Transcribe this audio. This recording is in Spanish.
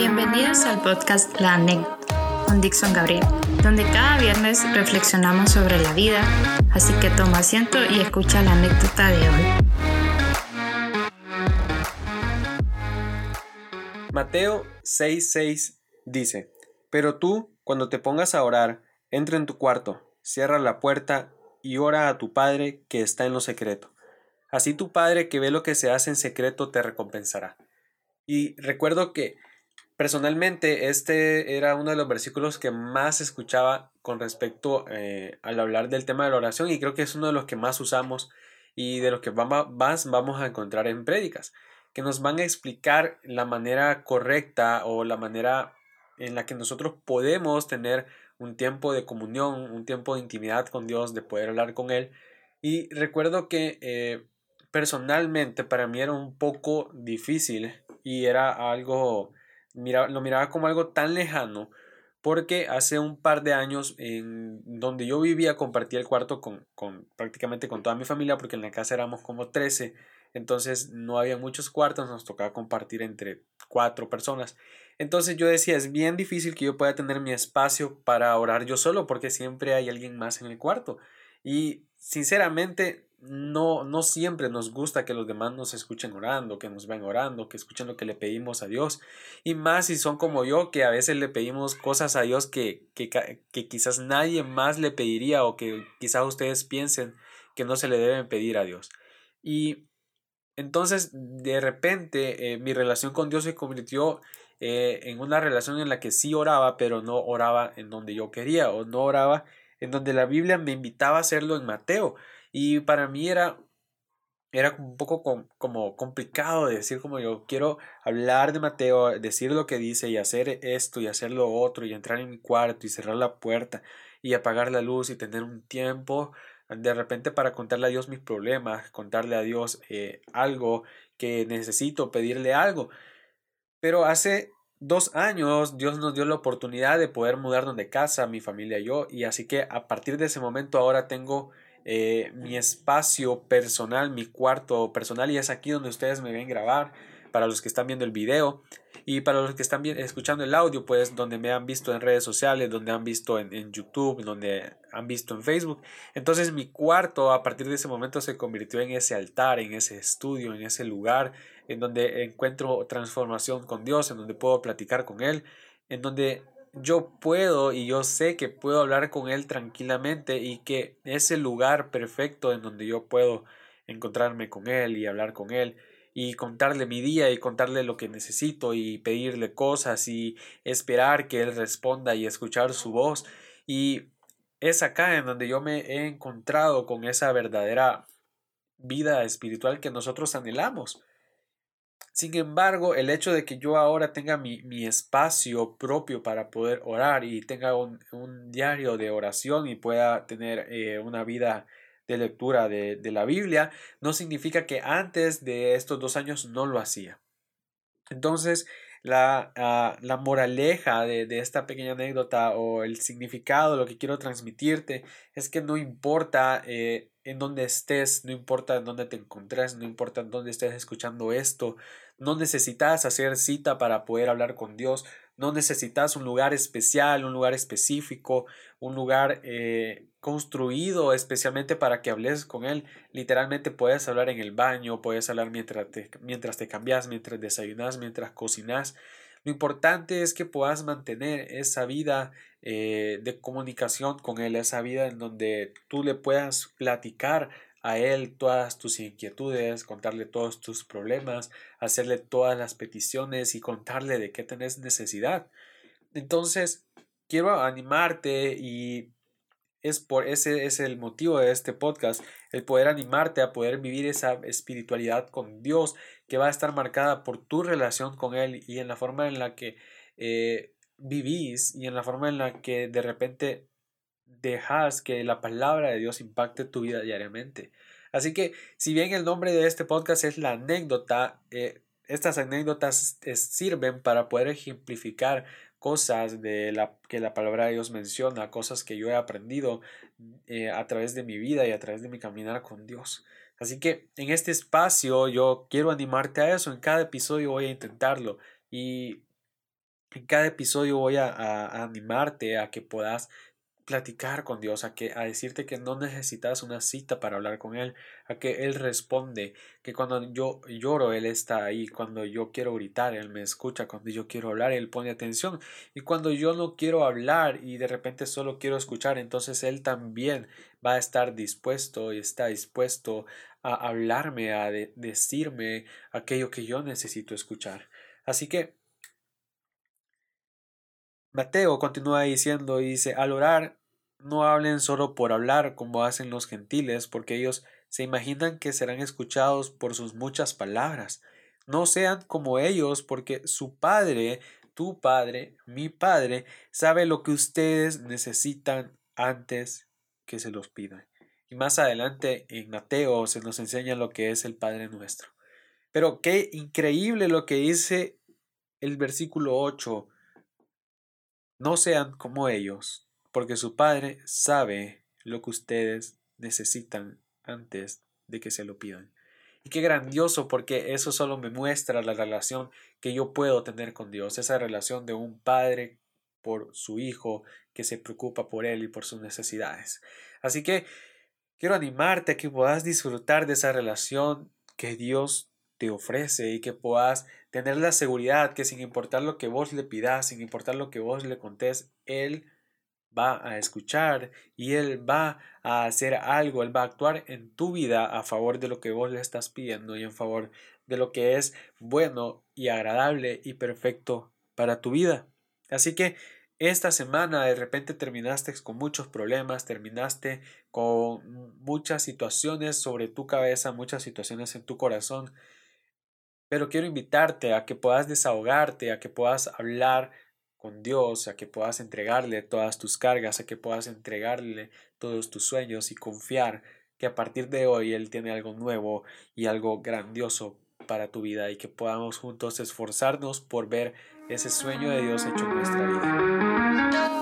Bienvenidos al podcast La Anécdota con Dixon Gabriel, donde cada viernes reflexionamos sobre la vida, así que toma asiento y escucha la anécdota de hoy. Mateo 6:6 dice: Pero tú, cuando te pongas a orar, entra en tu cuarto, cierra la puerta y ora a tu Padre que está en lo secreto. Así tu Padre que ve lo que se hace en secreto te recompensará. Y recuerdo que personalmente este era uno de los versículos que más escuchaba con respecto al hablar del tema de la oración, y creo que es uno de los que más usamos y de los que más vamos a encontrar en prédicas, que nos van a explicar la manera correcta o la manera en la que nosotros podemos tener un tiempo de comunión, un tiempo de intimidad con Dios, de poder hablar con Él. Y recuerdo que personalmente para mí era un poco difícil y era algo, lo miraba como algo tan lejano, porque hace un par de años en donde yo vivía compartía el cuarto con prácticamente con toda mi familia, porque en la casa éramos como 13, entonces no había muchos cuartos, nos tocaba compartir entre 4 personas. Entonces yo decía, es bien difícil que yo pueda tener mi espacio para orar yo solo, porque siempre hay alguien más en el cuarto. Y sinceramente no siempre nos gusta que los demás nos escuchen orando, que nos vean orando, que escuchen lo que le pedimos a Dios. Y más si son como yo, que a veces le pedimos cosas a Dios que quizás nadie más le pediría, o que quizás ustedes piensen que no se le deben pedir a Dios. Y entonces de repente mi relación con Dios se convirtió en una relación en la que sí oraba, pero no oraba en donde yo quería, o no oraba en donde la Biblia me invitaba a hacerlo en Mateo. Y para mí era un poco como complicado de decir, como yo quiero hablar de Mateo, decir lo que dice y hacer esto y hacer lo otro y entrar en mi cuarto y cerrar la puerta y apagar la luz y tener un tiempo de repente para contarle a Dios mis problemas, contarle a Dios algo que necesito, pedirle algo. Pero hace 2 años Dios nos dio la oportunidad de poder mudarnos de casa, mi familia y yo, y así que a partir de ese momento ahora tengo mi espacio personal, mi cuarto personal, y es aquí donde ustedes me ven grabar, para los que están viendo el video. Y para los que están escuchando el audio, pues donde me han visto en redes sociales, donde han visto en YouTube, donde han visto en Facebook. Entonces mi cuarto a partir de ese momento se convirtió en ese altar, en ese estudio, en ese lugar en donde encuentro transformación con Dios, en donde puedo platicar con Él, en donde yo puedo y yo sé que puedo hablar con Él tranquilamente, y que es el lugar perfecto en donde yo puedo encontrarme con Él y hablar con Él y contarle mi día y contarle lo que necesito y pedirle cosas y esperar que Él responda y escuchar su voz. Y es acá en donde yo me he encontrado con esa verdadera vida espiritual que nosotros anhelamos. Sin embargo, el hecho de que yo ahora tenga mi espacio propio para poder orar y tenga un diario de oración y pueda tener una vida de lectura de la Biblia, no significa que antes de estos 2 años no lo hacía. Entonces, la moraleja de esta pequeña anécdota, o el significado, lo que quiero transmitirte, es que no importa en dónde estés, no importa en dónde te encontres, no importa en dónde estés escuchando esto, no necesitas hacer cita para poder hablar con Dios, no necesitas un lugar especial, un lugar específico, un lugar construido especialmente para que hables con Él. Literalmente puedes hablar en el baño, puedes hablar mientras te cambias, mientras desayunas, mientras cocinas. Lo importante es que puedas mantener esa vida de comunicación con Él, esa vida en donde tú le puedas platicar a Él todas tus inquietudes, contarle todos tus problemas, hacerle todas las peticiones y contarle de qué tenés necesidad. Entonces, quiero animarte, y ese es el motivo de este podcast, el poder animarte a poder vivir esa espiritualidad con Dios, que va a estar marcada por tu relación con Él y en la forma en la que vivís, y en la forma en la que de repente dejas que la palabra de Dios impacte tu vida diariamente. Así que, si bien el nombre de este podcast es La Anécdota, estas anécdotas sirven para poder ejemplificar cosas que la palabra de Dios menciona, cosas que yo he aprendido a través de mi vida y a través de mi caminar con Dios. Así que en este espacio yo quiero animarte a eso. En cada episodio voy a intentarlo, y En cada episodio voy a animarte a que puedas platicar con Dios, a decirte que no necesitas una cita para hablar con Él, a que Él responde, que cuando yo lloro Él está ahí, cuando yo quiero gritar Él me escucha, cuando yo quiero hablar Él pone atención, y cuando yo no quiero hablar y de repente solo quiero escuchar, entonces Él también va a estar dispuesto y está dispuesto a hablarme, decirme aquello que yo necesito escuchar. Así que Mateo continúa diciendo, y dice, al orar, no hablen solo por hablar como hacen los gentiles, porque ellos se imaginan que serán escuchados por sus muchas palabras. No sean como ellos, porque su Padre, tu Padre, mi Padre, sabe lo que ustedes necesitan antes que se los pidan. Y más adelante en Mateo se nos enseña lo que es el Padre nuestro. Pero qué increíble lo que dice el versículo 8. No sean como ellos, porque su Padre sabe lo que ustedes necesitan antes de que se lo pidan. Y qué grandioso, porque eso solo me muestra la relación que yo puedo tener con Dios, esa relación de un padre por su hijo que se preocupa por él y por sus necesidades. Así que quiero animarte a que puedas disfrutar de esa relación que Dios te ofrece y que puedas tener la seguridad que sin importar lo que vos le pidas, sin importar lo que vos le contés, Él va a escuchar y Él va a hacer algo, Él va a actuar en tu vida a favor de lo que vos le estás pidiendo y en favor de lo que es bueno y agradable y perfecto para tu vida. Así que esta semana de repente terminaste con muchos problemas, terminaste con muchas situaciones sobre tu cabeza, muchas situaciones en tu corazón, pero quiero invitarte a que puedas desahogarte, a que puedas hablar con Dios, a que puedas entregarle todas tus cargas, a que puedas entregarle todos tus sueños y confiar que a partir de hoy Él tiene algo nuevo y algo grandioso para tu vida y que podamos juntos esforzarnos por ver ese sueño de Dios hecho en nuestra vida.